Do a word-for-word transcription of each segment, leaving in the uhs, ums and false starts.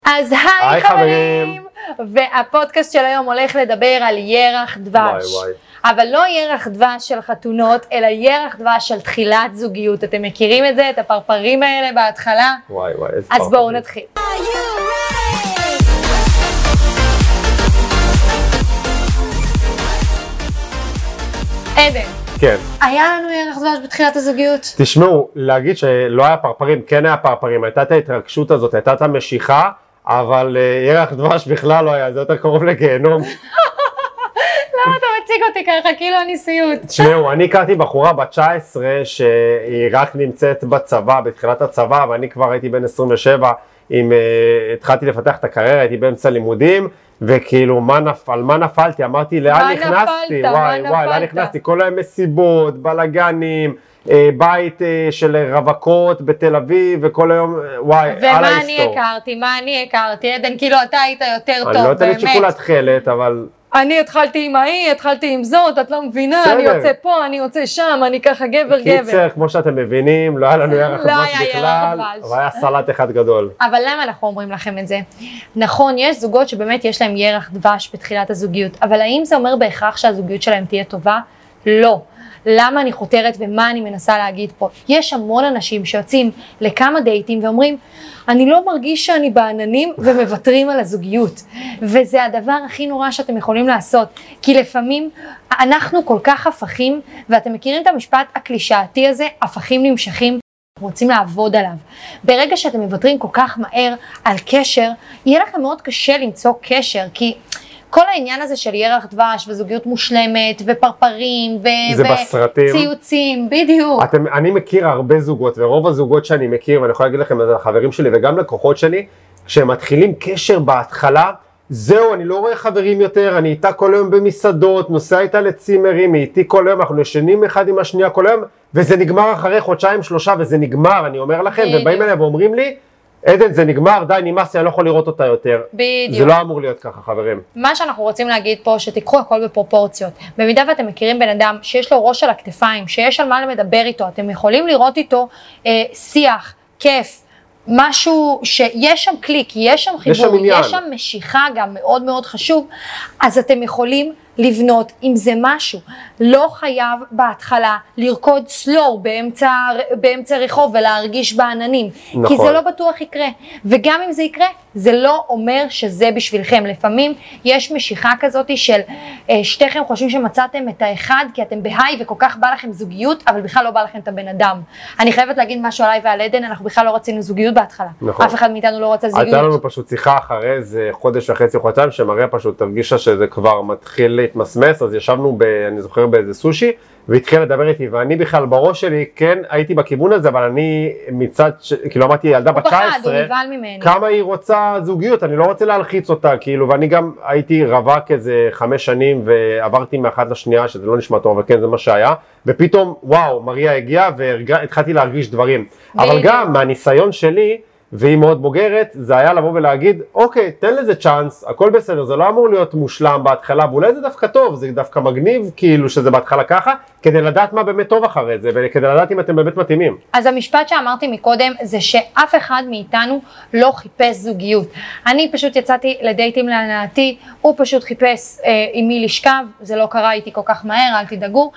אז היי חברים, והפודקאסט של היום הולך לדבר על ירח דבש, אבל לא ירח דבש של חתונות, אלא ירח דבש של תחילת זוגיות. אתם מכירים את זה, את הפרפרים האלה בהתחלה? וואי וואי, איזה פרפרים. אז בואו נתחיל. עדן, כן. היה לנו ירח דבש בתחילת הזוגיות? תשמעו, להגיד שלא היה פרפרים, כן היה פרפרים, הייתה את ההתרגשות הזאת, הייתה את המשיכה, אבל ירח דבש בכלל לא היה, זה יותר קרוב לגיהנום. למה אתה מציג אותי ככה? כאילו אני סיוט. תשמעו, אני הכרתי בחורה בת תשע עשרה שהיא רק נמצאת בצבא, בתחילת הצבא, ואני כבר הייתי בן עשרים ושבע, עם, uh, התחלתי לפתח את הקריירה, הייתי באמצע לימודים, וכאילו מה נפ... על מה נפלתי, אמרתי לאן נכנסתי, וואי וואי, לאן נכנסתי, כל היום מסיבות, בלגנים, בית של רווקות בתל אביב, וכל היום, וואי, על ההיסטור. ומה אני הכרתי, מה אני הכרתי, עדן, כאילו אתה היית יותר טוב, באמת. אני לא יודעת שיקול התחלת, אבל... אני התחלתי עם ההיא, התחלתי עם זאת, את לא מבינה, אני יוצא פה, אני יוצא שם, אני ככה גבר גבר. קיצר, כמו שאתם מבינים, לא היה לנו ירח דבש בכלל, אבל היה סלט אחד גדול. אבל למה אנחנו אומרים לכם את זה? נכון, יש זוגות שבאמת יש להם ירח דבש בתחילת הזוגיות, אבל האם זה אומר בהכרח שהזוגיות שלהם תהיה טובה? לא. למה אני חותרת ומה אני מנסה להגיד פה? יש המון אנשים שיוצאים לכמה דייטים ואומרים, אני לא מרגיש שאני בעננים, ומוותרים על הזוגיות. וזה הדבר הכי נורא שאתם יכולים לעשות. כי לפעמים אנחנו כל כך הפכים, ואתם מכירים את המשפט הקלישאתי הזה, הפכים נמשכים, רוצים לעבוד עליו. ברגע שאתם מוותרים כל כך מהר על קשר, יהיה לכם מאוד קשה למצוא קשר, כי... כל העניין הזה של ירח דבש וזוגיות מושלמת ופרפרים וציוצים, בדיוק. אתם, אני מכיר הרבה זוגות, ורוב הזוגות שאני מכיר, ואני יכול להגיד לכם את זה לחברים שלי וגם לקוחות שלי, כשהם מתחילים קשר בהתחלה, זהו, אני לא רואה חברים יותר, אני איתה כל היום במסעדות, נוסע איתה לצימרים, היא איתי כל היום, אנחנו ישנים אחד עם השנייה כל היום, וזה נגמר אחרי חודשיים שלושה, וזה נגמר, אני אומר לכם, ובאים אליי ואומרים לי, עדן, זה נגמר, די, נמאס לי, אני לא יכול לראות אותה יותר. בדיוק. זה לא אמור להיות ככה, חברים. מה שאנחנו רוצים להגיד פה, שתיקחו הכל בפרופורציות. במידה ואתם מכירים בן אדם שיש לו ראש על הכתפיים, שיש על מה לדבר איתו, אתם יכולים לראות איתו אה, שיח, כיף, משהו שיש שם קליק, יש שם חיבור, יש שם, יש שם משיכה גם מאוד מאוד חשוב, אז אתם יכולים לבנות אם זה משהו. לא חייב בהתחלה לרקוד סלור באמצע, באמצע רחוב ולהרגיש בעננים, נכון. כי זה לא בטוח יקרה, וגם אם זה יקרה, זה לא אומר שזה בשבילכם. לפעמים יש משיכה כזאת של אה, שתיכם חושבים שמצאתם את האחד כי אתם בהיי וכל כך בא לכם זוגיות, אבל בכלל לא בא לכם את הבן אדם. אני חייבת להגיד משהו עליי ועל עדן, אנחנו בכלל לא רצינו זוגיות בהתחלה. נכון. אף אחד מאיתנו לא רצה זוגיות. הייתה לנו פשוט שיחה אחרי איזה חודש וחצי חודשיים, שמראה פשוט תרגישה שזה כבר מתחיל להתמסמס, אז ישבנו, ב, אני זוכר, באיזה סושי, והתחיל לדבר איתי, ואני בכלל בראש שלי, כן, הייתי בכיוון הזה, אבל אני מצד, ש... כאילו אמרתי, ילדה בת תשע עשרה, כמה היא רוצה זוגיות, אני לא רוצה להלחיץ אותה, כאילו, ואני גם הייתי רווק איזה חמש שנים, ועברתי מאחת לשנייה, שזה לא נשמע טוב, אבל כן, זה מה שהיה, ופתאום, וואו, מריה הגיעה, והתחלתי להרגיש דברים, אבל גם מהניסיון שלי, והיא מאוד בוגרת, זה היה לבוא ולהגיד, אוקיי, תן לזה צ'אנס, הכל בסדר, זה לא אמור להיות מושלם בהתחלה, ואולי זה דווקא טוב, זה דווקא מגניב, כאילו שזה בהתחלה ככה, כדי לדעת מה באמת טוב אחרי זה, וכדי לדעת אם אתם באמת מתאימים. אז המשפט שאמרתי מקודם, זה שאף אחד מאיתנו לא חיפש זוגיות. אני פשוט יצאתי לדייטים להנאתי, הוא פשוט חיפש אה, עם מי לשכב, זה לא קרה איתי כל כך מהר, אל תדאגו,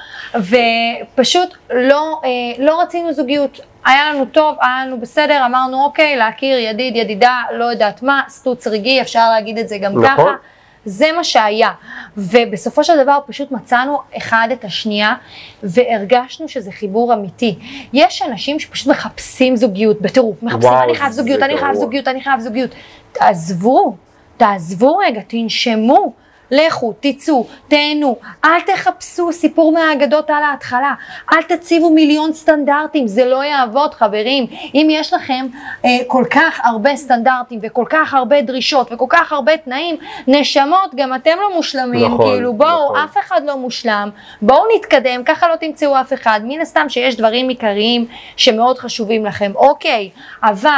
ופשוט לא, אה, לא רצינו זוגיות. היה לנו טוב, היה לנו בסדר, אמרנו אוקיי, להכיר ידיד, ידידה, לא יודעת מה, סטוץ רגעי, אפשר להגיד את זה גם נכון. ככה. זה מה שהיה, ובסופו של דבר פשוט מצאנו אחד את השנייה, והרגשנו שזה חיבור אמיתי. יש אנשים שפשוט מחפשים זוגיות, בטירוף, מחפשים, וואו, אני חייב זוגיות, אני חייב זוגיות, אני חייב זוגיות. תעזבו, תעזבו רגע, תנשמו. לכו, תצאו, תהנו, אל תחפשו סיפור מהאגדות על ההתחלה, אל תציבו מיליון סטנדרטים, זה לא יעבוד חברים. אם יש לכם אה, כל כך הרבה סטנדרטים וכל כך הרבה דרישות וכל כך הרבה תנאים, נשמות, גם אתם לא מושלמים, נכון, כאילו בואו, נכון. אף אחד לא מושלם, בואו נתקדם, ככה לא תמצאו אף אחד, מן הסתם שיש דברים עיקריים שמאוד חשובים לכם, אוקיי, אבל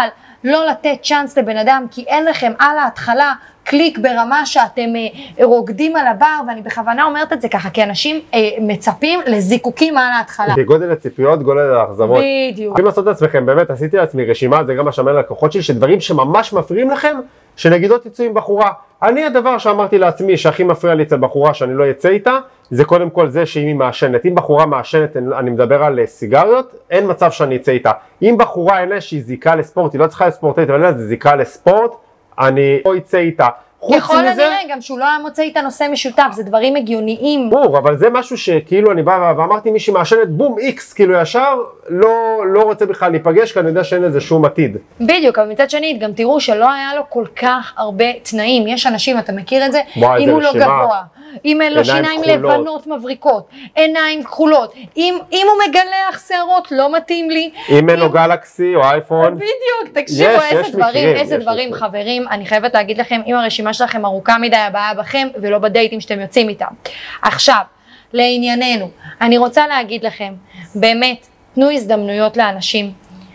לא לתת צ'אנס לבן אדם, כי אין לכם על ההתחלה קליק ברמה שאתם אה, רוקדים על הבר, ואני בכוונה אומרת את זה ככה, כי אנשים אה, מצפים לזיקוקים על ההתחלה. גודל הציפיות, גודל האכזבות. בדיוק. יכולים לעשות את עצמכם, באמת עשיתי לעצמי רשימה, זה גם מה שאמר ללקוחות שלי, שדברים שממש מפריעים לכם, שנגיד לא תצאו עם בחורה. אני הדבר שאמרתי לעצמי שהכי מפריע לי אצל בחורה שאני לא יצא איתה, זה קודם כל זה שאם היא מעשנת. אם בחורה מעשנת, אני מדבר על סיגריות, אין מצב שאני אצא איתה. אם בחורה אין לה שהיא זיקה לספורט, היא לא צריכה לספורטית, אבל אין לה זיקה לספורט, אני לא אצא איתה. יכול הנראה גם שהוא לא היה מוצא איתה נושא משותף, זה דברים הגיוניים. ברור, אבל זה משהו שכאילו אני בא ואמרתי מישהי מעשנת בום איקס, כאילו ישר לא, לא רוצה בכלל להיפגש, כי אני יודע שאין לזה שום עתיד. בדיוק, אבל מצד שני גם תראו שלא היה לו כל כך הרבה תנאים, יש אנשים, אתה מכיר את זה? וואי, אם זה הוא לא רשימה. גבוה, אם אין לו שיניים כחולות. לבנות מבריקות, עיניים כחולות, אם, אם הוא מגלח שערות לא מתאים לי. אם אין לו גלקסי או אייפון. בדיוק, תקשיבו יש, איזה יש דברים, מקרים, איזה יש דברים מקרים. חברים, אני חייבת להגיד לכם, אם הרשימה שלכם ארוכה מדי, הבעיה בכם ולא בדייטים שאתם יוצאים איתם. עכשיו, לענייננו, אני רוצה להגיד לכם, באמת, תנו הזדמנויות לאנשים,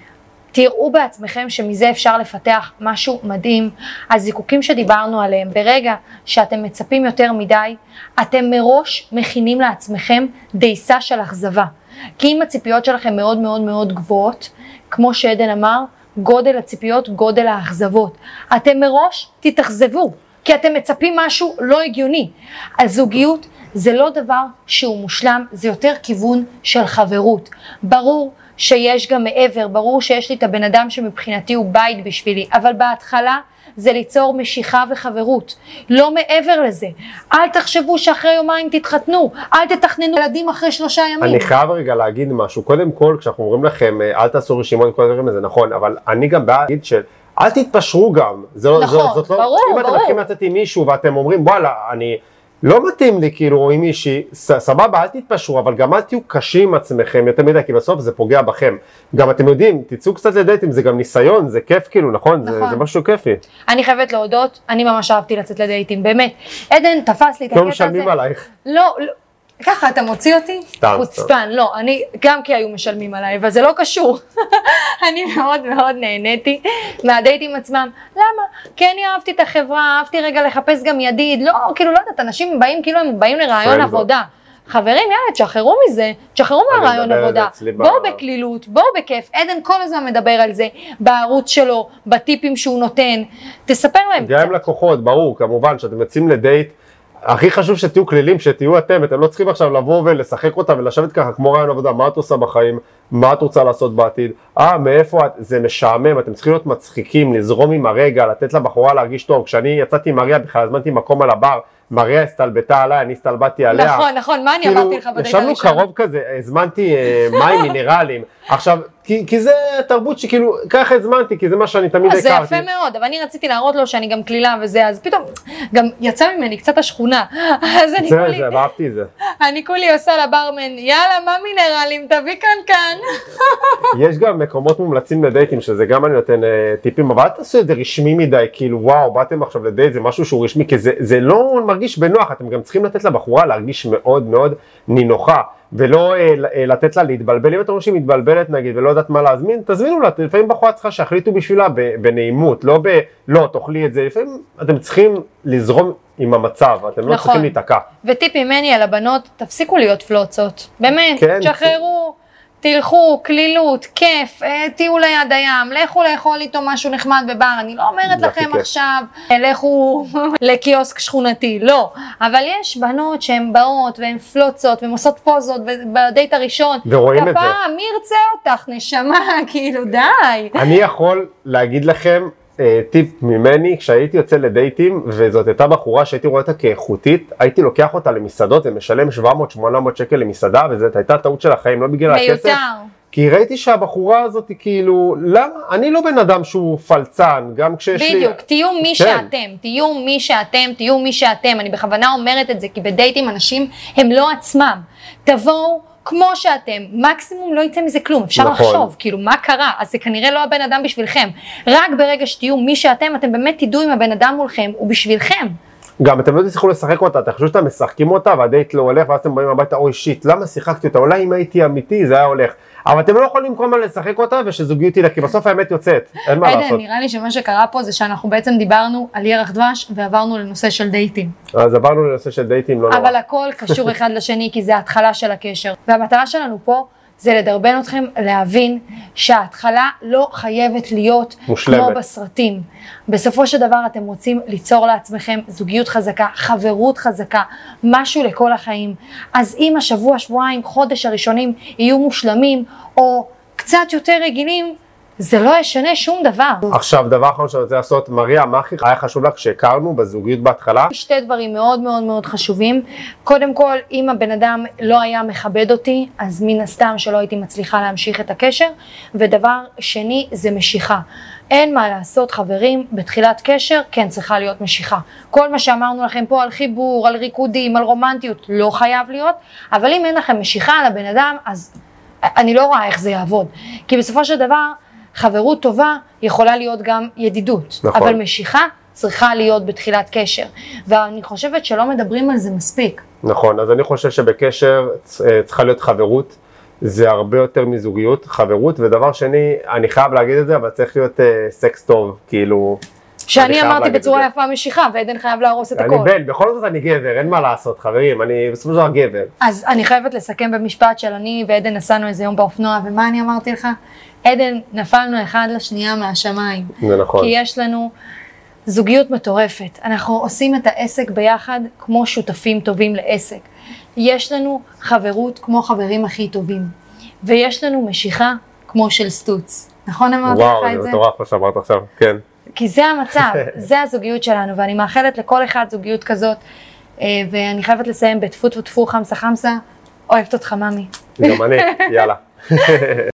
תראו בעצמכם שמזה אפשר לפתח משהו מדהים. הזיקוקים שדיברנו עליהם, ברגע שאתם מצפים יותר מדי, אתם מראש מכינים לעצמכם דייסה של אכזבה. כי אם הציפיות שלכם מאוד מאוד מאוד גבוהות, כמו שעדן אמר, גודל הציפיות, גודל האכזבות. אתם מראש תתאכזבו, כי אתם מצפים משהו לא הגיוני. הזוגיות זה לא דבר שהוא מושלם, זה יותר כיוון של חברות. ברור שיש גם מעבר, ברור שיש לי את הבן אדם שמבחינתי הוא בית בשבילי, אבל בהתחלה זה ליצור משיכה וחברות, לא מעבר לזה. אל תחשבו שאחרי יומיים תתחתנו, אל תתכננו ילדים אחרי שלושה ימים. אני חייב רגע להגיד משהו, קודם כל כשאנחנו אומרים לכם אל תעשו רשימות, כל הדברים הזה נכון, אבל אני גם בא להגיד של אל תתפשרו גם. נכון, זאת, זאת ברור, לא, אם ברור. אתם הולכים לצאת עם מישהו ואתם אומרים וואלה, אני לא מתאים לי כאילו עם מישהי, סבבה, אל תתפשרו, אבל גם אל תהיו קשים עם עצמכם יותר מדי, כי בסוף זה פוגע בכם. גם אתם יודעים, תצאו קצת לדייטים, זה גם ניסיון, זה כיף כאילו, נכון? נכון. זה, זה משהו כיפי. אני חייבת להודות, אני ממש אהבתי לצאת לדייטים, באמת. עדן תפס לי את הקטע הזה. לא משלמים עלייך. לא, לא. ככה אתה מוציא אותי? סתם, חוצפן, לא, אני גם כי היו משלמים עליי, אבל זה לא קשור. אני מאוד מאוד נהניתי מהדייטים עצמם. למה? כי אני אהבתי את החברה, אהבתי רגע לחפש גם ידיד, לא, כאילו לא יודעת, אנשים באים כאילו הם באים לרעיון עבודה. חברים, יאללה, תשחררו מזה, תשחררו מהרעיון עבודה, בואו בקלילות, בואו בכיף. עדן כל הזמן מדבר על זה, בערוץ שלו, בטיפים שהוא נותן, תספר להם קצת. גם עם לקוחות, ברור, כמובן, שאתם יוצאים לדייט, הכי חשוב שתהיו כלילים, שתהיו אתם, אתם לא צריכים עכשיו לבוא ולשחק אותה ולשבת ככה כמו רעיון עבודה, מה את עושה בחיים, מה את רוצה לעשות בעתיד, אה, מאיפה את, זה משעמם, אתם צריכים להיות מצחיקים, לזרום עם הרגע, לתת לבחורה להרגיש טוב. כשאני יצאתי עם מריה, בכלל הזמנתי מקום על הבר, מריה הסתלבטה עליי, אני הסתלבטתי עליה. נכון, נכון, מה אני כאילו, אמרתי לך בדייט ישבנו הראשון? קרוב כזה, הזמנתי אה, מים מינרלים, עכשיו, כי, כי זה תרבות שכאילו, ככה הזמנתי, כי זה מה שאני תמיד הכרתי. זה יפה מאוד, אבל אני רציתי להראות לו שאני גם כלילה וזה, אז פתאום, גם יצא ממני קצת השכונה, אז אני זה, כולי, זה, אהבתי את זה. אני כולי עושה לברמן, יאללה, מה מינרלים, תביא כאן כאן. יש גם מקומות מומלצים לדייטים, שזה גם אני נותן uh, טיפים, אבל אל תעשו את זה רשמי מדי, כאילו וואו, באתם עכשיו לדייט, זה משהו שהוא רשמי, כי זה, זה לא מרגיש בנוח, אתם גם צריכים לתת לבחורה להרגיש מאוד מאוד נינוחה, ולא uh, לתת לה להתבלבל. אם אתם רואים שהיא מתבלבלת נגיד, ולא יודעת מה להזמין, תזמינו לה, לפעמים בחורה צריכה שהחליטו בשבילה בנעימות, לא ב, לא, תאכלי את זה, לפעמים אתם צריכים לזרום עם המצב, אתם לא צריכים להתעקע. וטיפ ממני על הבנות, תפסיקו להיות פלוצות, באמת, כן, תשחררו. תלכו, כלילות, כיף, תהיו ליד הים, לכו לאכול איתו משהו נחמד בבר, אני לא אומרת לכם עכשיו, לכו לקיוסק שכונתי, לא, אבל יש בנות שהן באות והן פלוצות והן עושות פוזות בדייט הראשון, ורואים את זה. כפה, מי ירצה אותך, נשמה, כאילו די. אני יכול להגיד לכם, טיפ ממני, כשהייתי יוצא לדייטים, וזאת הייתה בחורה שהייתי רואה אותה כאיכותית, הייתי לוקח אותה למסעדות ומשלם שבע מאות שמונה מאות שקל למסעדה, וזאת הייתה טעות של החיים, לא בגלל הכסף. מיותר. כי ראיתי שהבחורה הזאת היא כאילו, למה? אני לא בן אדם שהוא פלצן, גם כשיש לי... בדיוק, תהיו מי שאתם, תהיו מי שאתם, תהיו מי שאתם, אני בכוונה אומרת את זה, כי בדייטים אנשים הם לא עצמם. תבואו, כמו שאתם, מקסימום לא יצא מזה כלום, אפשר נכון. לחשוב, כאילו מה קרה, אז זה כנראה לא הבן אדם בשבילכם, רק ברגע שתהיו מי שאתם, אתם באמת תדעו אם הבן אדם מולכם הוא בשבילכם. גם אתם לא תצליחו לשחק אותה, אתה חושב שאתם משחקים אותה והדייט לא הולך, ואז אתם באים הביתה, אוי שיט, למה שיחקתי אותה? אולי אם הייתי אמיתי זה היה הולך. אבל אתם לא יכולים כל הזמן לשחק אותה ושזוגיות תילה, כי בסוף האמת יוצאת, אין מה לעשות. עדן, נראה לי שמה שקרה פה זה שאנחנו בעצם דיברנו על ירח דבש ועברנו לנושא של דייטים. אז עברנו לנושא של דייטים, לא נורא. אבל הכל קשור אחד לשני, כי זה ההתחלה של הקשר. והמטרה שלנו פה זה לדרבן אתכם להבין שההתחלה לא חייבת להיות מושלמת. כמו בסרטים. בסופו של דבר אתם רוצים ליצור לעצמכם זוגיות חזקה, חברות חזקה, משהו לכל החיים. אז אם השבוע, שבועיים, חודש הראשונים יהיו מושלמים או קצת יותר רגילים, זה לא ישנה שום דבר. עכשיו, דבר אחרון שאני רוצה לעשות, מריה, מה הכי היה חשוב לך כשהכרנו בזוגיות בהתחלה? שתי דברים מאוד מאוד מאוד חשובים. קודם כל, אם הבן אדם לא היה מכבד אותי, אז מן הסתם שלא הייתי מצליחה להמשיך את הקשר. ודבר שני, זה משיכה. אין מה לעשות, חברים, בתחילת קשר כן צריכה להיות משיכה. כל מה שאמרנו לכם פה על חיבור, על ריקודים, על רומנטיות, לא חייב להיות. אבל אם אין לכם משיכה על הבן אדם, אז אני לא רואה איך זה יעבוד. כי בסופו של דבר, חברות טובה יכולה להיות גם ידידות, נכון. אבל משיכה צריכה להיות בתחילת קשר, ואני חושבת שלא מדברים על זה מספיק. נכון, אז אני חושב שבקשר צריכה להיות חברות, זה הרבה יותר מזוגיות, חברות, ודבר שני, אני חייב להגיד את זה, אבל צריך להיות uh, סקס טוב, כאילו... שאני אמרתי בצורה יפה משיכה, ועדן חייב להרוס את הכל. אני בן, בכל זאת אני גבר, אין מה לעשות חברים, אני בסופו של דבר גבר. אז אני חייבת לסכם במשפט של אני ועדן נסענו איזה יום באופנוע, ומה אני אמרתי לך? עדן, נפלנו אחד לשנייה מהשמיים. זה נכון. כי יש לנו זוגיות מטורפת. אנחנו עושים את העסק ביחד כמו שותפים טובים לעסק. יש לנו חברות כמו חברים הכי טובים. ויש לנו משיכה כמו של סטוץ. נכון אמרתי לך את זה? וואו, זה מטורף מה שאמרת עכשיו, כן. כי זה המצב, זה הזוגיות שלנו, ואני מאחלת לכל אחד זוגיות כזאת, ואני חייבת לסיים בטפו טפו טפו חמסה חמסה, אוהבת אותך ממי. גם אני, יאללה.